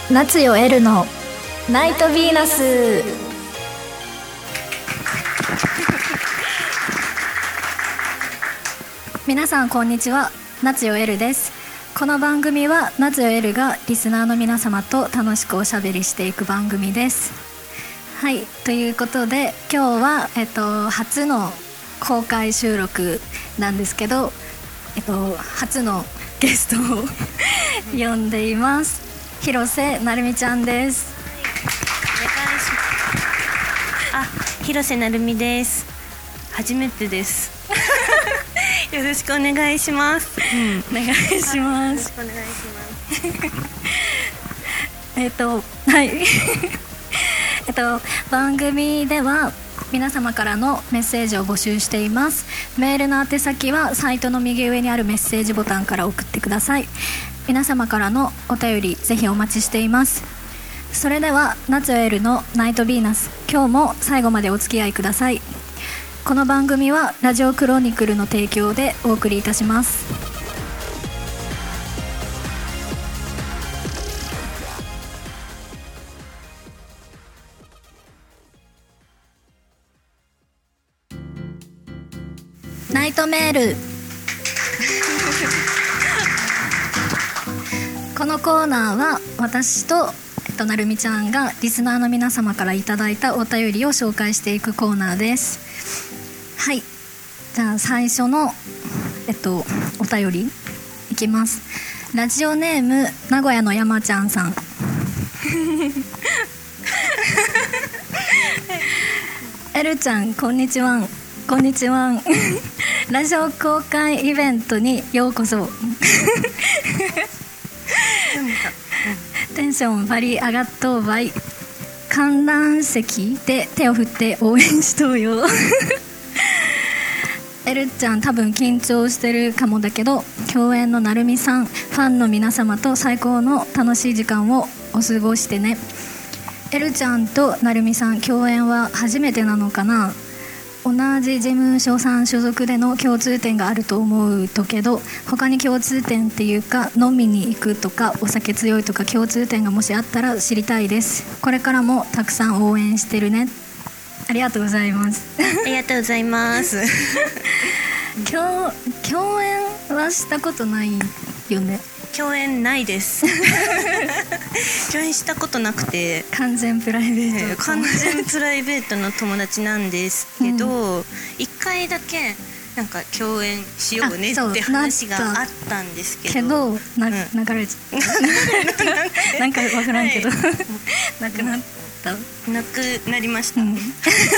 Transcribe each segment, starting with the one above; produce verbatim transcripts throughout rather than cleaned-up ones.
夏よエルのナイトヴィーナス。皆さんこんにちは、夏よエルです。この番組は夏よエルがリスナーの皆様と楽しくおしゃべりしていく番組です。はい、ということで今日は、えっと、初の公開収録なんですけど、えっと、初のゲストを呼んでいます。広瀬なるみちゃんです。 お願いします。あ、広瀬なるみです。初めてですよろしくお願いします、 うん、お願いします。よろしくお願いしますえっとはいえっと番組では皆様からのメッセージを募集しています。メールの宛先はサイトの右上にあるメッセージボタンから送ってください。皆様からのお便りぜひお待ちしています。それでは夏よエルのナイトヴィーナス、今日も最後までお付き合いください。この番組はラジオクロニクルの提供でお送りいたします。ナイトメールこのコーナーは私と、えっと、なるみちゃんがリスナーの皆様からいただいたお便りを紹介していくコーナーです。はい、じゃあ最初の、えっと、お便りいきます。ラジオネーム名古屋の山ちゃんさんエルちゃんこんにちは。こんにちはラジオ公開イベントにようこそテンションバリ上がっとうばい。観覧席で手を振って応援しとうよエルちゃん多分緊張してるかもだけど、共演のなるみさん、ファンの皆様と最高の楽しい時間をお過ごしてね。エルちゃんとなるみさん共演は初めてなのかな。同じ事務所さん所属での共通点があると思うとけど、他に共通点っていうか飲みに行くとかお酒強いとか共通点がもしあったら知りたいです。これからもたくさん応援してるね。ありがとうございますありがとうございます共, 共演はしたことないよね。 共演ないです共演したことなくて完全プライベート、 完全プライベートの友達なんですけど、一、うん、回だけなんか共演しようねって話があったんですけど、けどな、うん、流れちゃったなんか分からんけど、はい、なくなったなくなりました、うん、で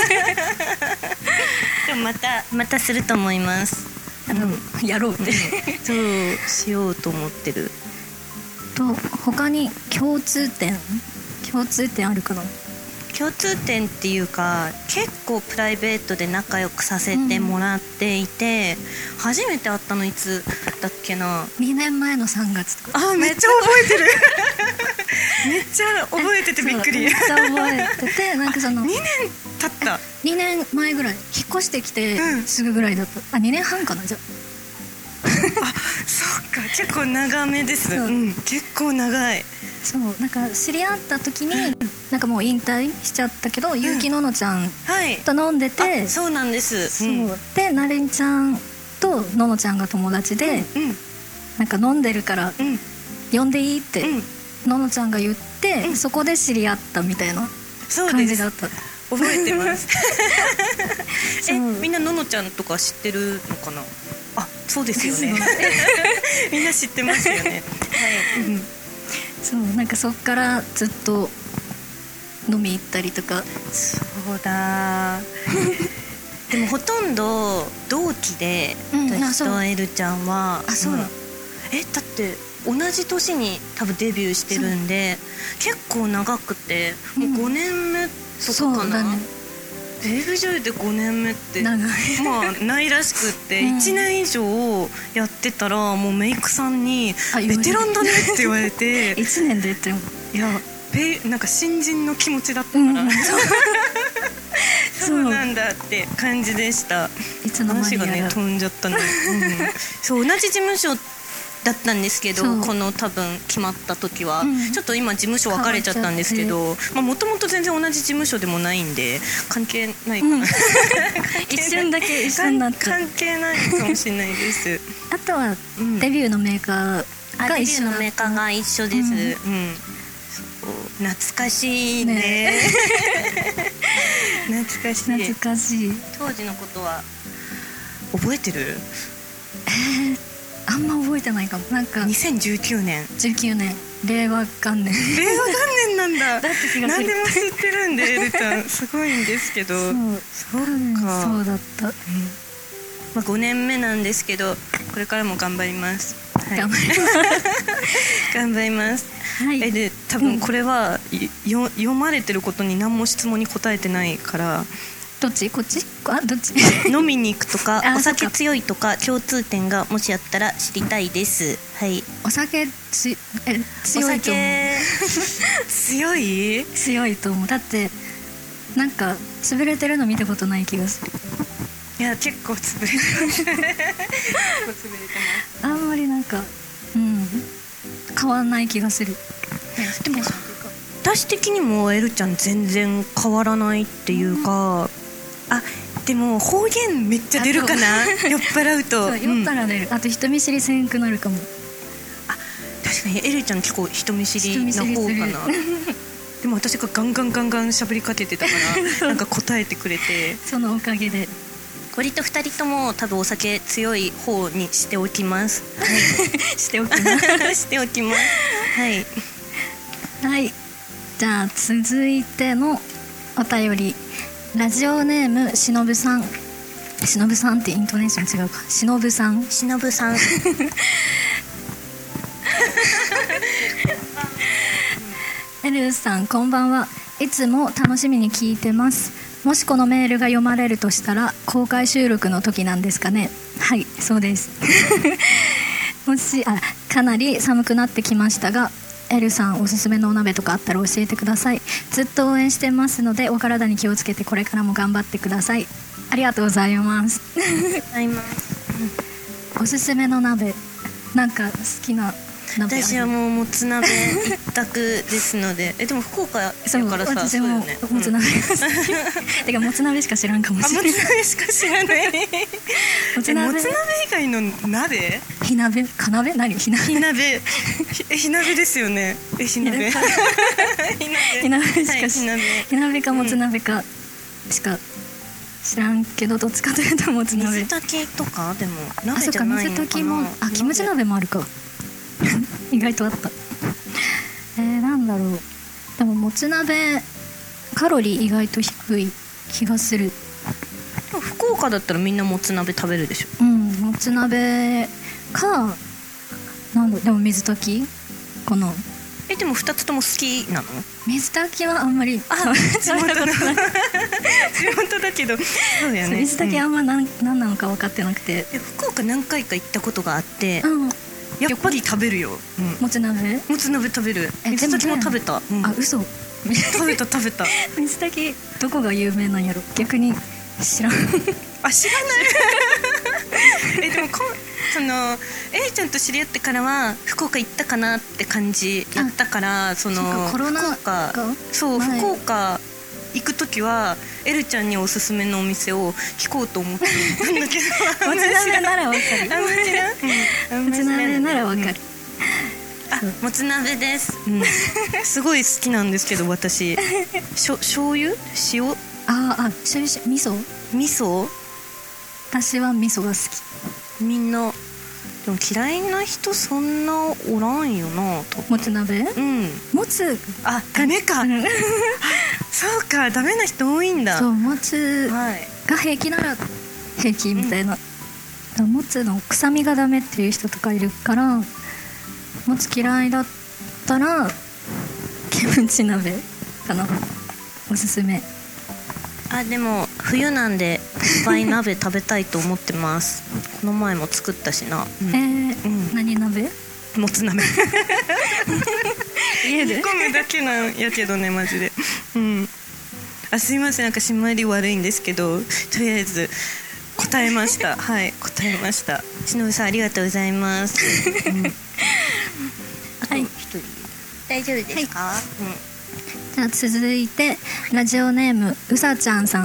もまたまたすると思います。 あの、うん、やろうってそうしようと思ってると。他に共通点共通点あるかな。 共通点っていうか結構プライベートで仲良くさせてもらっていて、うん、初めて会ったのいつだっけな。 にねんまえのさんがつとか。 あ、めっちゃ覚えてるめっちゃ覚えててびっくり。 めっちゃ覚えててなんかそのにねん経った。 にねんまえぐらい引っ越してきてすぐぐらいだった、うん、あにねんはんかな。じゃあそっか結構長めです、うん、結構長い。 そうなんか知り合った時に、うん、なんかもう引退しちゃったけど、うん、結城ののちゃんと飲んでて、はい、 そうなんです。 そう、うん、でなるみちゃんとののちゃんが友達で、うんうん、なんか飲んでるから、うん、呼んでいいって、うん、ののちゃんが言って、うん、そこで知り合ったみたいな感じだった。 覚えてますえ、みんなののちゃんとか知ってるのかな。あ、そうですよねみんな知ってますよねはい、うん、 そうなんかそっからずっと飲み行ったりとか。 そうだでもほとんど同期で、うん、私とエルちゃんは。 あ、そうだ、うん、 え、だって同じ年に多分デビューしてるんで結構長くてもうごねんめとかかな、うん、そうだね。デビュー女優でごねんめって長いまあないらしくって、うん、いちねん以上やってたらもうメイクさんにベテランだねって言われていちねんでってもいやなんか新人の気持ちだったから、うん、そうなんだって感じでした。 いつの間にやら話がね飛んじゃったね、うん、そう同じ事務所だったんですけど、この多分決まった時は、うん、ちょっと今事務所別れちゃったんですけど、もともと全然同じ事務所でもないんで関係ないかな、うん、 一瞬だけ一緒になった関係ないかもしれないですあとはデビューのメーカーが一緒、 デビューのメーカーが一緒です、うんうん、懐かしい ね, ね懐かしい懐かしい。 当時のことは覚えてる？ えーあんま覚えてないかも。なんかにせんじゅうきゅうねんじゅうきゅうねん令和元年令和元年なんだだって気がする。 何でも知ってるんでエルちゃんすごいんですけどそうそうかそうだった、うんまあ、ごねんめなんですけどこれからも頑張ります、はい、 頑張ります頑張ります、はい、えで多分これは、うん、よ読まれてることに何も質問に答えてないからどっちこっちあどっち飲みに行くとかお酒強いとか共通点がもしあったら知りたいです。はい。 お酒つえ強いと思う。 強い強いと思う。だってなんか潰れてるの見たことない気がする。 いや結構潰れてます結構潰れてますあんまりなんかうん変わんない気がする。 でも私的にもエルちゃん全然変わらないっていうか、うんあでも方言めっちゃ出るかな酔っ払うとそう酔ったら出る、うん、あと人見知りせんくなるかも。 あ確かにエルちゃん結構人見知りな方かなでも私がガンガンガンガン喋りかけてたからなんか答えてくれてそのおかげで割とふたりとも多分お酒強い方にしておきます、はい、 しておきますしておきますはいはいじゃあ続いてのお便りラジオネームしのぶさんしのぶさんってイントネーション違うかしのぶさんしのぶさんエルさんこんばんは。いつも楽しみに聞いてます。もしこのメールが読まれるとしたら公開収録の時なんですかね。はいそうですもしあかなり寒くなってきましたがエルさんおすすめのお鍋とかあったら教えてください。ずっと応援してますのでお体に気をつけてこれからも頑張ってください。ありがとうございますおすすめの鍋なんか好きな鍋。 私はもうもつ鍋一択ですのでえでも福岡やからさ私ももつ鍋が好きてかもつ鍋しか知らんかもしれない。 もつ鍋しか知らないもつ鍋以外の鍋火鍋か鍋何火鍋火鍋火鍋ですよね。え火鍋火鍋しか知らない。火鍋かもつ鍋かしか知らんけどどっちかというともつ鍋。 水炊きとかでも鍋じゃないのかな。あ、そうか水炊きもあキムチ鍋もあるか意外とあったえー、なんだろうでももつ鍋カロリー意外と低い気がする。 福岡だったらみんなもつ鍋食べるでしょ。 うんもつ鍋かなんだでも水炊きこのえでもふたつとも好きなの？ 水炊きはあんまりあ地元だ地元だけどそうだよね。 水炊きあんま何、うん、何なのか分かってなくて福岡何回か行ったことがあって、 うん、 やっぱり食べるよ、うん、 もつ鍋もつ鍋食べる。水炊きも食べた、うん、 あ嘘食べた食べた水炊きどこが有名なんやろ逆に知らんあ知らないえでもこそのエリちゃんと知り合ってからは福岡行ったかなって感じやったからそのコロナ福岡そう福岡行くときはエルちゃんにおすすめのお店を聞こうと思ってたんだけどもつ鍋ならわかるもつ鍋ならわかるあもつ鍋です、うん、すごい好きなんですけど私しょ醤油塩ああ醤油味噌味噌私は味噌が好き。 みんなでも嫌いな人そんなおらんよなと。 もつ鍋うんもつあダメかそうかダメな人多いんだ。 そうもつが平気なら平気みたいな、うん、もつの臭みがダメっていう人とかいるからもつ嫌いだったらキムチ鍋かなおすすめ。 あでも冬なんでいっぱい鍋食べたいと思ってますこの前も作ったしな、 うん、えーうん、何鍋？ もつ鍋家で煮込むだけなんやけどねマジで、うん、あすいませんなんか締まり悪いんですけどとりあえず答えましたはい答えましたしのぶさんありがとうございます、うん、あと一人、はい、大丈夫ですか、はい、 うん、じゃあ続いてラジオネームうさちゃんさん、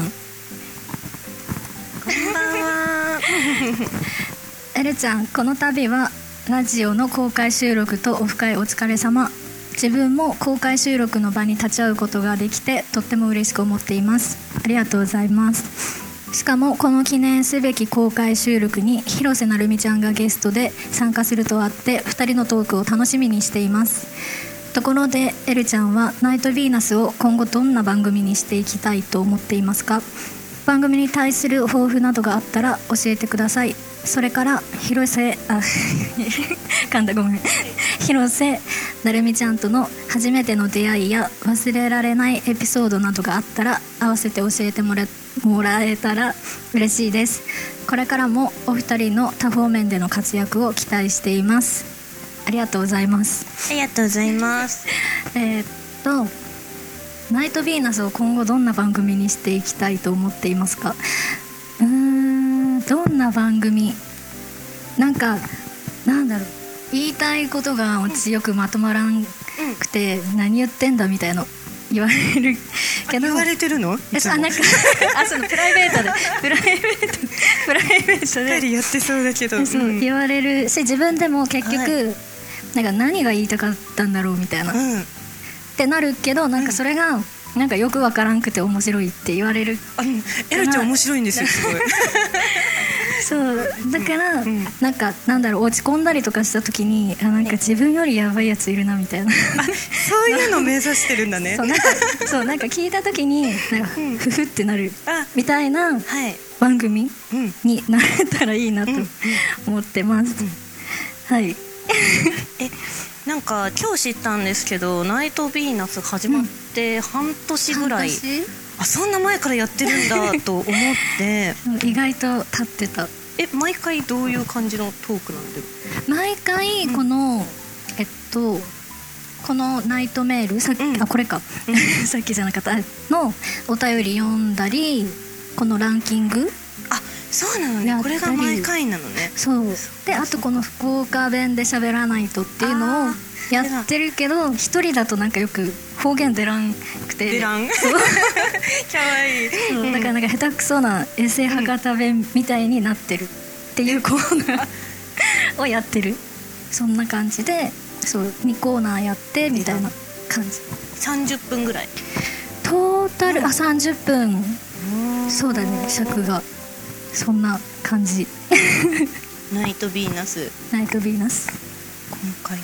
こんばんはエルちゃん、この度はラジオの公開収録とオフ会お疲れ様。自分も公開収録の場に立ち会うことができてとっても嬉しく思っています。ありがとうございます。しかもこの記念すべき公開収録に広瀬成美ちゃんがゲストで参加するとあってふたりのトークを楽しみにしています。ところでエルちゃんはナイトヴィーナスを今後どんな番組にしていきたいと思っていますか？番組に対する抱負などがあったら教えてください。それから広瀬あ噛んだごめん広瀬成美ちゃんとの初めての出会いや忘れられないエピソードなどがあったら合わせて教えてもらもらえたら嬉しいです。これからもお二人の多方面での活躍を期待しています。ありがとうございます。 ありがとうございますえーっとナイトヴィーナスを今後どんな番組にしていきたいと思っていますか？うーん、どんな番組、なんかなんだろう、言いたいことが私よくまとまらんくて、うん、何言ってんだみたいな言われるけど、 言われてるの？ えあなんかあそのプライベートでプライベートプライベートでしっかりやってそうだけど、 そう、うん、言われるし、自分でも結局、はい、なんか何が言いたかったんだろうみたいな、うん、ってなるけど、なんかそれが、うん、なんかよくわからんくて面白いって言われる。 あ、エルちゃん面白いんですよ、すごいそうだから、うん、なんかなんだろう、落ち込んだりとかした時に、あ、なんか自分よりやばいやついるなみたいな、 あ、そういうのを目指してるんだねそうなんかそうなんか聞いた時になんか、うん、ふふってなるみたいな番組になれたらいいなと思ってます、うんうん、はいえなんか今日知ったんですけど、ナイトヴィーナス始まって半年ぐらい、うん、あ、そんな前からやってるんだと思って意外と経ってた。 え、毎回どういう感じのトークなんだろう？毎回この、うん、えっとこのナイトメールさっき、うん、あこれか、うん、さっきじゃなかったのお便り読んだり、このランキング、 あ、そうなのね、これが毎回なのね。 そうで、あとこの福岡弁で喋らないとっていうのをやってるけど、一人だとなんかよく方言出らんくて、 出らんかわいい。 そうだからなんか下手くそなエセ博多弁みたいになってるっていうコーナーをやってる。そんな感じで、そうにコーナーやってみたいな感じ。 さんじゅっぷんぐらいトータル、あ、さんじゅっぷん、そうだね、尺がそんな感じナイトヴィーナスナイトヴィーナス今回ね、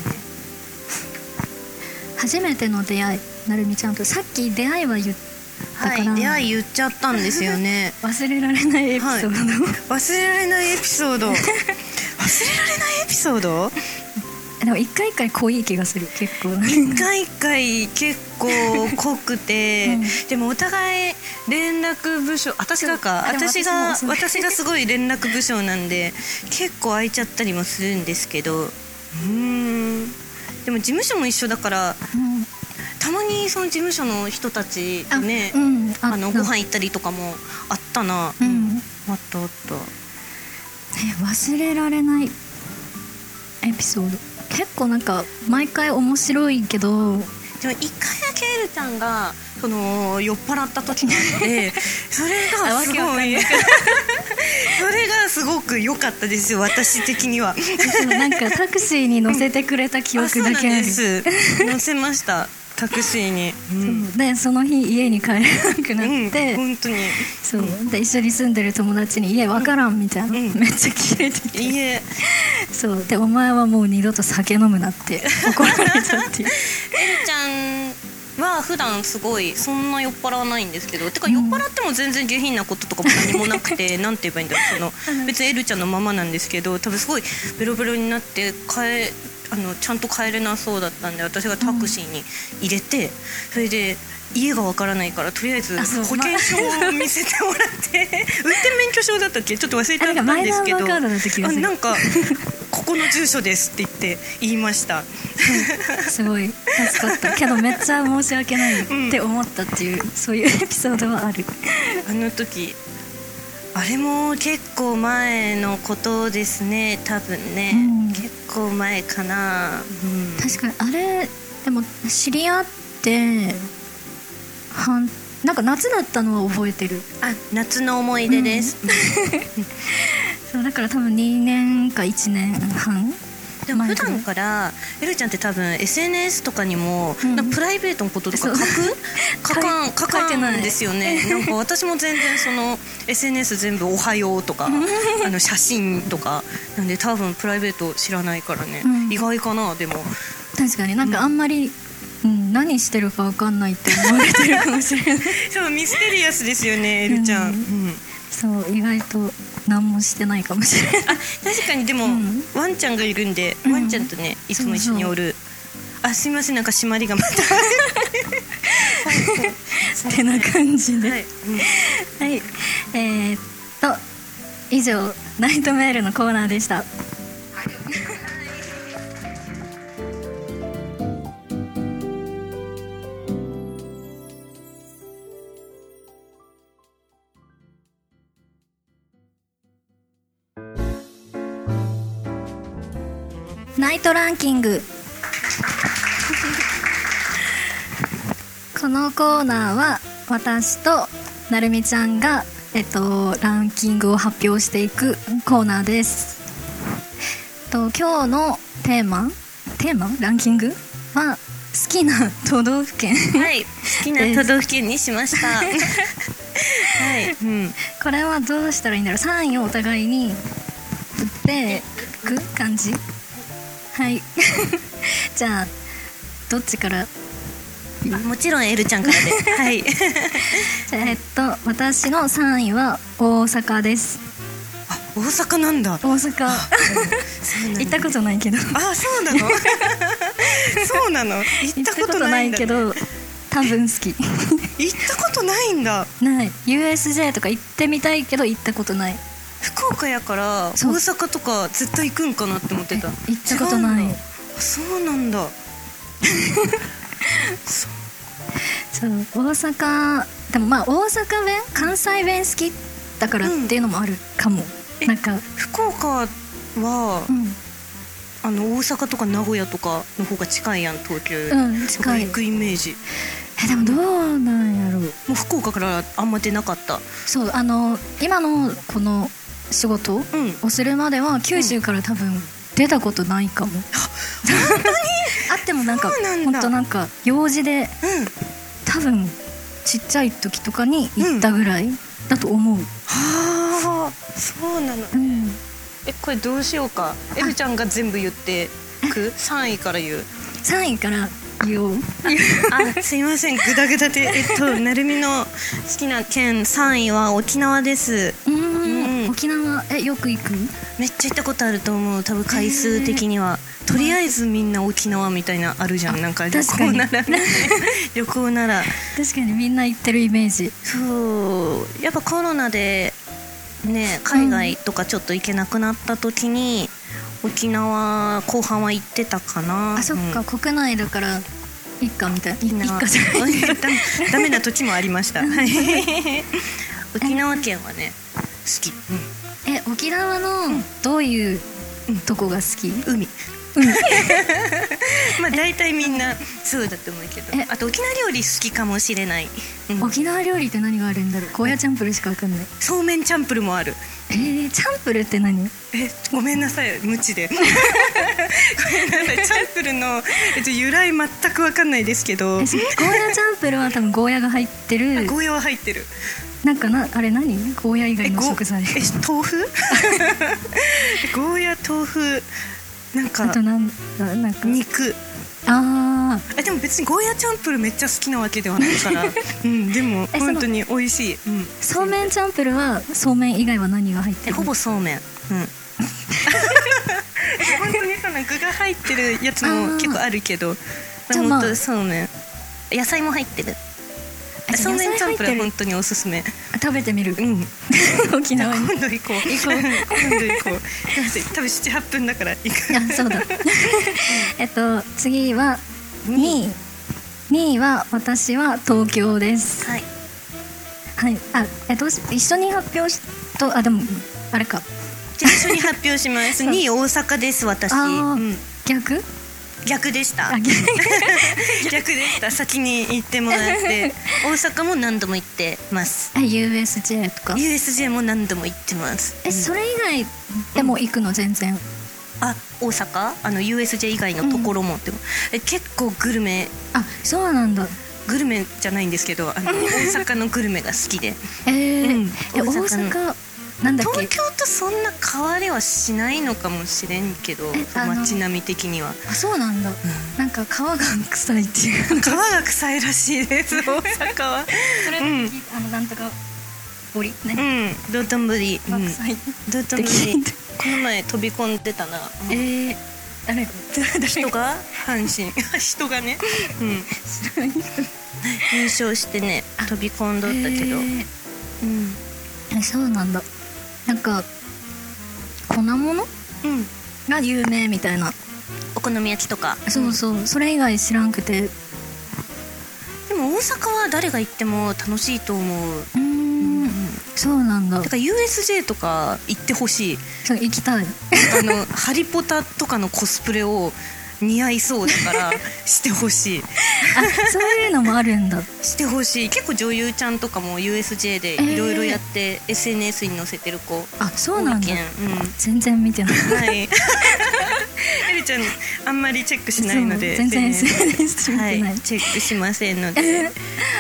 初めての出会い、なるみちゃんとさっき出会いは言ったから、 はい、出会い言っちゃったんですよね忘れられないエピソード、はい、 忘れられないエピソード忘れられないエピソードでも一回一回濃い気がする、結構一回一回結構濃くて、うん、でもお互い連絡部署、私がか私が私がすごい連絡部署なんで結構空いちゃったりもするんですけど、うーん、でも事務所も一緒だから、うん、たまにその事務所の人たちとね、あ、うん、ああのご飯行ったりとかもあったな、うん、あったあった。 え、忘れられないエピソード、結構なんか毎回面白いけど、 でも一回だけエルちゃんがその酔っ払った時があってそれがすごいそれがすごく良かったですよ、私的にはなんかタクシーに乗せてくれた記憶だけある。 あ、そうなんです、乗せましたタクシーに、 うん、そうでその日家に帰れなくなって、 うん、本当にそうで一緒に住んでる友達に家わからんみたいな、うん、めっちゃキレてて、 家そうでお前はもう二度と酒飲むなって怒られたっていうエルちゃんは普段すごいそんな酔っ払わないんですけど、てか酔っ払っても全然下品なこととかも何もなくてなんて言えばいいんだろう、その別にエルちゃんのままなんですけど、多分すごいベロベロになって帰あのちゃんと帰れなそうだったんで、私がタクシーに入れて、うん、それで家がわからないからとりあえず保険証を見せてもらって運転免許証だったっけちょっと忘れちゃったんですけど、あなんかここの住所ですって言って言いましたすごい助かったけどめっちゃ申し訳ないって思ったっていう、うん、そういうエピソードはあるあの時あれも結構前のことですね、多分ね、うん、結構前かな、うん、 確かにあれでも知り合ってはんなんか夏だったのは覚えてる。 あ、夏の思い出です、うん、 そうだから多分にねんかいちねんはん。 でも普段からエルちゃんって多分 エスエヌエス とかにも、うん、なんかプライベートのこととか書く書かん書かんですよね。なんか私も全然その エスエヌエス 全部おはようとかあの写真とかなんで多分プライベート知らないからね、うん、意外かな。でも確かになんかあんまり、うん、何してるか分かんないって思われてるかもしれないそうミステリアスですよねエルちゃん、うんうん、 そう意外と何もしてないかもしれないあ確かにでも、うん、ワンちゃんがいるんで、うん、ワンちゃんとねいつも一緒におる。あすいませんなんか締まりがまたってな感じではい、うんはい、えー、っと以上ナイトメールのコーナーでした。ナイトランキングこのコーナーは私となるみちゃんが、えっと、ランキングを発表していくコーナーです。と今日のテーマテーマランキングは好きな都道府県はい好きな都道府県にしましたはい、 うん、これはどうしたらいいんだろう。さんいをお互いに振っていく感じ。はいじゃあどっちからもちろんエルちゃんからではいじゃあえっと私のさんいは大阪です。 あ大阪なんだ。 大阪行ったことないけどあそうなのそうなの行ったことないんだ、ね、 行ったことないけど多分好き行ったことないんだ。 ない ユーエスジェー とか行ってみたいけど行ったことない。 福岡やから大阪とか絶対行くんかなって思ってた。 行ったことない。 そうなんだそうそう大阪でもまあ大阪弁関西弁好きだからっていうのもあるかも、うん、なんか福岡は、うん、あの大阪とか名古屋とかの方が近いやん東京より、うん、近い行くイメージ。 えでもどうなんやろう。もう福岡からあんま出なかった。 そうあの今のこの仕事をするまでは九州から多分出たことないかも、うん、 本当にあってもなんか本当なんか用事で、うん、多分ちっちゃい時とかに行ったぐらいだと思う、うん、 はあそうなの、うん、えこれどうしようか。エルちゃんが全部言ってくさんいから言う。 さんいから言おうあすいませんグダグダでえっとなるみの好きな県さんいは沖縄です。 うん、沖縄えよく行く。 めっちゃ行ったことあると思う多分回数的には。とりあえずみんな沖縄みたいなあるじゃん。なんか旅行なら旅行なら確かにみんな行ってるイメージ。 そうやっぱコロナでね海外とかちょっと行けなくなった時に、うん、沖縄後半は行ってたかな。 あそっか、うん、国内だからいっかみたいな。いっかじゃないダメな時もありました沖縄県はね好き、 うん、え沖縄のどういうとこが好き？ 海まあ大体みんなそうだと思うけど、あと沖縄料理好きかもしれない、 うん、沖縄料理って何があるんだろう。ゴーヤチャンプルしか分かんない。 そうめんチャンプルもある。 えー、チャンプルって何？ えごめんなさい無知でごめんなさいチャンプルの、えっと、由来全く分かんないですけどゴーヤチャンプルは多分ゴーヤが入ってる。 ゴーヤは入ってる。 なんかなあれ何ゴーヤ以外の食材。 え豆腐ゴーヤ豆腐なんかあとなんなんか肉。 ああでも別にゴーヤチャンプルめっちゃ好きなわけではないからうんでも本当に美味しい、うん、 そうめんチャンプルはそうめん以外は何が入ってる？ ほぼそうめん、うん、本当にその具が入ってるやつも結構あるけど本当そうめん野菜も入ってる。そうめんチャンプルは本当におすすめ。 食べてみる、うん、沖縄に今度行こう行こう今度行こう多分 ななはっぷんだから行く。 あそうだえっと次はにいにいは私は東京です。 はいはい、あ、えどうし一緒に発表しと、あでもあれか、 じゃあ一緒に発表しますにい大阪です私。 あ、 うん、 逆逆でした。 あ逆逆でした。先に行ってもらって大阪も何度も行ってます。 え ユーエスジェー とかユーエスジェー も何度も行ってます。 え、うん、それ以外でも行くの全然。 あ、大阪あの ユーエスジェー 以外のところもっても、うん、え結構グルメ、 あ、そうなんだ。 グルメじゃないんですけど、あの大阪のグルメが好きでえーうん、え大大阪なんだっけ、 東京とそんな変わりはしないのかもしれんけど、街並み的には。 あ、そうなんだ、うん、なんか川が臭いっていう川が臭いらしいです大阪は。 それで、うん、あのなんとか堀ね、 うん、道頓堀、うん、 臭い道頓堀この前飛び込んでたな。 えー、誰が人が阪神人がね、うん、優勝してね飛び込んどったけど、えー、 うん、え、そうなんだ。なんか粉物、うん、が有名みたいな、 お好み焼きとか。 そうそう、うん、それ以外知らんくて。 でも大阪は誰が行っても楽しいと思う。うーん、 うん、そうなんだ。 だから ユーエスジェー とか行ってほしい。 そう、行きたい。 あのハリポタとかのコスプレを似合いそうだからしてほしい。 あ、そういうのもあるんだ。 してほしい。結構女優ちゃんとかも ユーエスジェー でいろいろやって、えー、エスエヌエス に載せてる子。 あ、そうなんだ、うん、全然見てない。はい。エリちゃんあんまりチェックしないので全然 エスエヌエス 見てない、 はい、チェックしませんので、ね、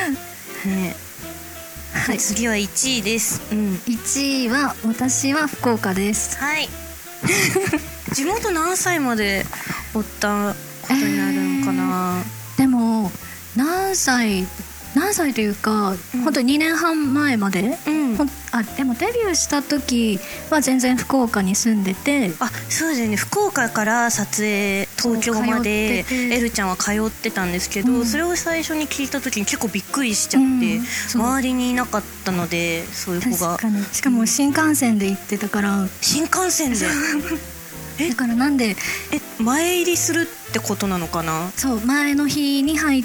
はい、次はいちいです、うん、 いちいは私は福岡です。 はい地元何歳までおったことになるんかな、 えー、でも何歳何歳というか、うん、本当ににねんはん前まで、うん、あ、でもデビューした時は全然福岡に住んでて。 あ、そうだよね、福岡から撮影東京までエルちゃんは通ってたんですけど、うん、それを最初に聞いた時に結構びっくりしちゃって、うん、周りにいなかったので、そういう子が。 確かに、しかも新幹線で行ってたから、うん、 新幹線でえだからなんでえ前入りするってことなのかな。 そう、前の日に入って、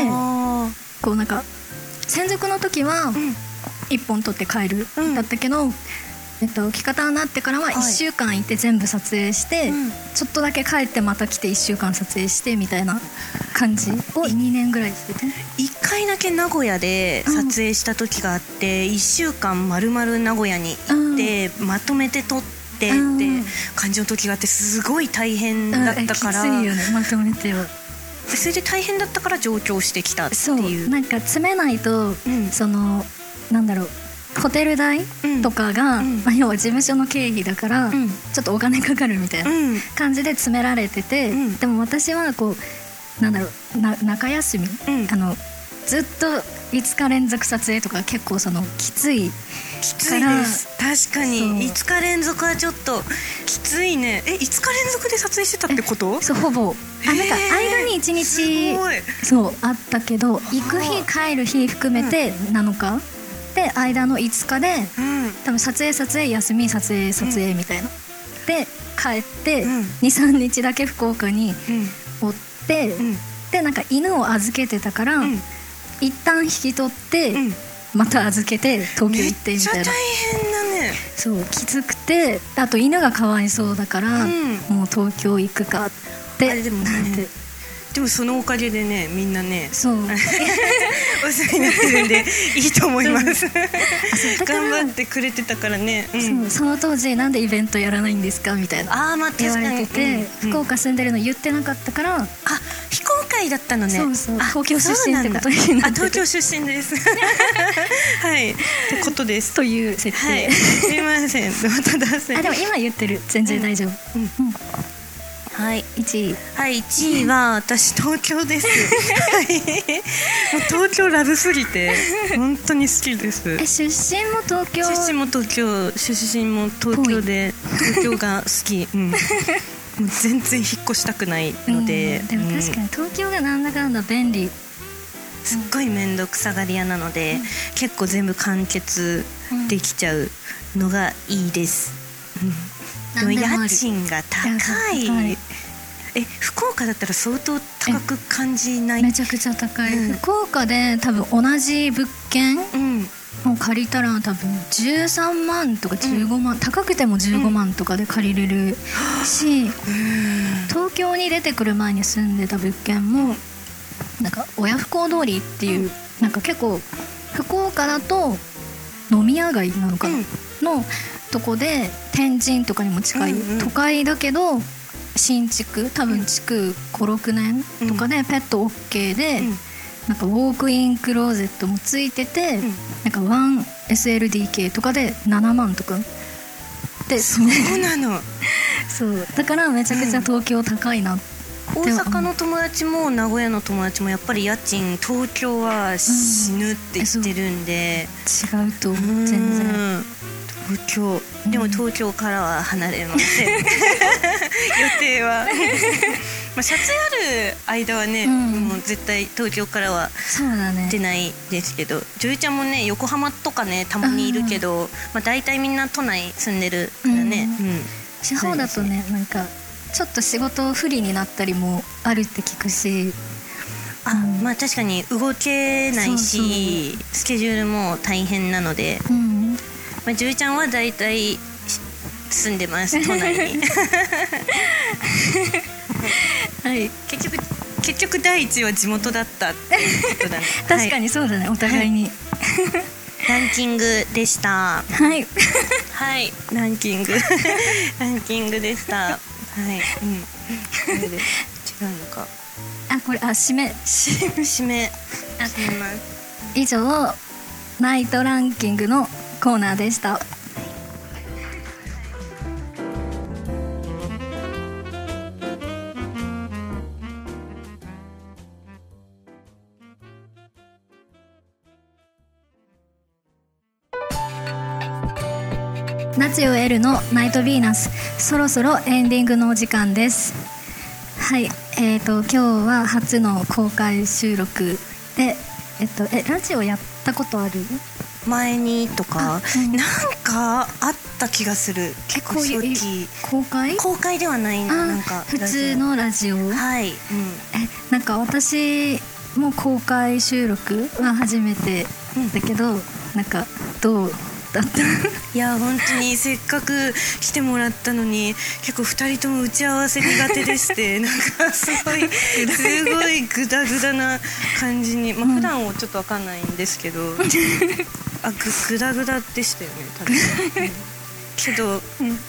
こうなんか専属の時はいっぽん撮って帰る、うん、だったけど、えっと、着方になってからはいっしゅうかんいて全部撮影して、はい、ちょっとだけ帰ってまた来ていっしゅうかん撮影してみたいな感じをにねんぐらいしてて、 いっかいだけ名古屋で撮影した時があって、うん、いっしゅうかん丸々名古屋に行って、うん、まとめて撮ってって感じの時があって、すごい大変だったから、 うん、きついよね、まとめては。 それで大変だったから上京してきたっていう。 そう、なんか詰めないと、うん、そのなんだろう、ホテル代とかが、うんまあ、要は事務所の経費だから、うん、ちょっとお金かかるみたいな感じで詰められてて、うん、でも私はこうなんだろう、な中休み、うん、あのずっといつか連続撮影とか結構そのきついきついです。確かにいつか連続はちょっときついね。えいつか連続で撮影してたってこと？ そう、ほぼ。あ、なんか間にいちにちそうあったけど、行く日帰る日含めてなのか、うん、で間のいつかで、うん、多分撮影撮影休み撮影撮影みたいな、うん、で帰って、うん、にさんにちだけ福岡におって、うん、でなんか犬を預けてたから、うん、一旦引き取って、うん、また預けて東京行ってみたいな。めっちゃ大変だね。 そうきつくて、あと犬がかわいそうだから、うん、もう東京行くかってあれでも、ね、でもそのおかげでね、みんなねそうお世話になってるんでいいと思います頑張ってくれてたからね、 うん、そう、その当時なんでイベントやらないんですかみたいなあ、まあ、 言われてて、うん、福岡住んでるの言ってなかったから、あ、 非公開だったのね。 そうそう、東京出身ってことになってて、 あ、東京出身ですはいってことですという設定、 はい、すいませんまた脱線。 あ、でも今言ってる全然大丈夫、うんうんうん、 はい、 いちいはいいちいは私東京ですはいもう東京ラブすぎて本当に好きです。 え、出身も東京？ 出身も東京、出身も東京で東京が好き、うん、もう全然引っ越したくないので、 うん、でも確かに東京がなんだかんだ便利、 すっごい面倒くさがり屋なので、うん、結構全部完結できちゃうのがいいです、うん、でも家賃が高い。高い。え、福岡だったら相当高く感じない？ めちゃくちゃ高い、うん、福岡で多分同じ物件もう借りたら多分じゅうさんまんとかじゅうごまん、うん、高くてもじゅうごまんとかで借りれるし、うん、東京に出てくる前に住んでた物件もなんか親不孝通りっていう、うん、なんか結構福岡だと飲み屋街なのかな、うん、のとこで天神とかにも近い、うんうん、都会だけど新築多分築ごろくねんとかでペット OK で、うん、なんかウォークインクローゼットもついてて、うん、なんか ワンエスエルディーケー とかでななまんとかで、 そうなのそうだからめちゃくちゃ東京高いなって、 うん、大阪の友達も名古屋の友達もやっぱり家賃東京は死ぬって言ってるんで、 うん、違うと思う。全然東京でも東京からは離れません、うん、予定はまあシャツある間はね、うん、もう絶対東京からは出ないですけど、ね、女優ちゃんもね横浜とかねたまにいるけど、うんまあ、大体みんな都内住んでるからね、うんうん、 地方だとねなんかちょっと仕事不利になったりもあるって聞くし、 あ、うん、まあ確かに動けないしそうそうスケジュールも大変なので、うんまあ、じゅうちゃんはだいたい住んでます都内にはい、結局結局第一は地元だったっていうことだね確かにそうだね、はい、お互いに、はい、 ランキングでしたはいはいランキングランキングでしたはい、うん、これで違うのかあこれあ締め締めあ締めます以上ナイトランキングのコーナーでした。夏よエルのナイトヴィーナス、そろそろエンディングのお時間です。はい、えーと今日は初の公開収録で、えっとえラジオやったことある？ 前にとか、うん、なんかあった気がする。結構初期公開公開ではないな、なんか普通のラジオ。はい、うん、えなんか私も公開収録は初めてだけど、うん、なんかどうだったいや本当にせっかく来てもらったのに結構ふたりとも打ち合わせ苦手でしてなんかすごいすごいグダグダな感じに、まあ、普段はちょっと分かんないんですけど、うん、あ グ, グダグダでしたよね多分けど、うん、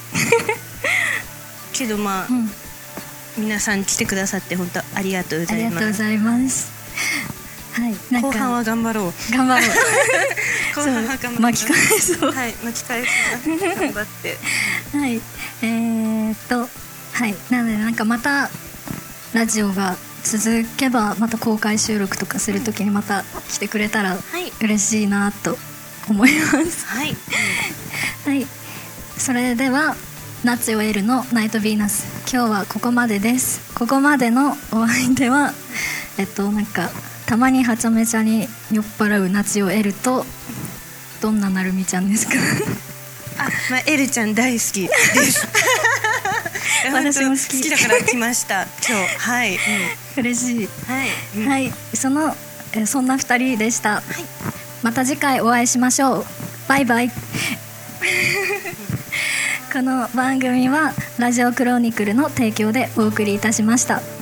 けどまあ、うん、皆さん来てくださって本当ありがとうございます。 ありがとうございます。はい、なんか後半は頑張ろう頑張ろう後半は頑張ろう巻き返そうはい巻き返す頑張ってはいえー、っとはいなのでなんかまたラジオが続けばまた公開収録とかするときにまた来てくれたら嬉しいなと思いますはい、 はい、それでは夏よエルのナイトヴィーナス、今日はここまでです。ここまでのお相手はえっとなんかたまにはちゃめちゃに酔っ払う夏よエルとどんななるみちゃんですかあ、まあ、エルちゃん大好きです私も好き好きだから来ました今日はい、うん、 嬉しいはい、 うん、はい、そのえそんなふたりでした、はい、また次回お会いしましょう。バイバイこの番組はラジオクロニクルの提供でお送りいたしました。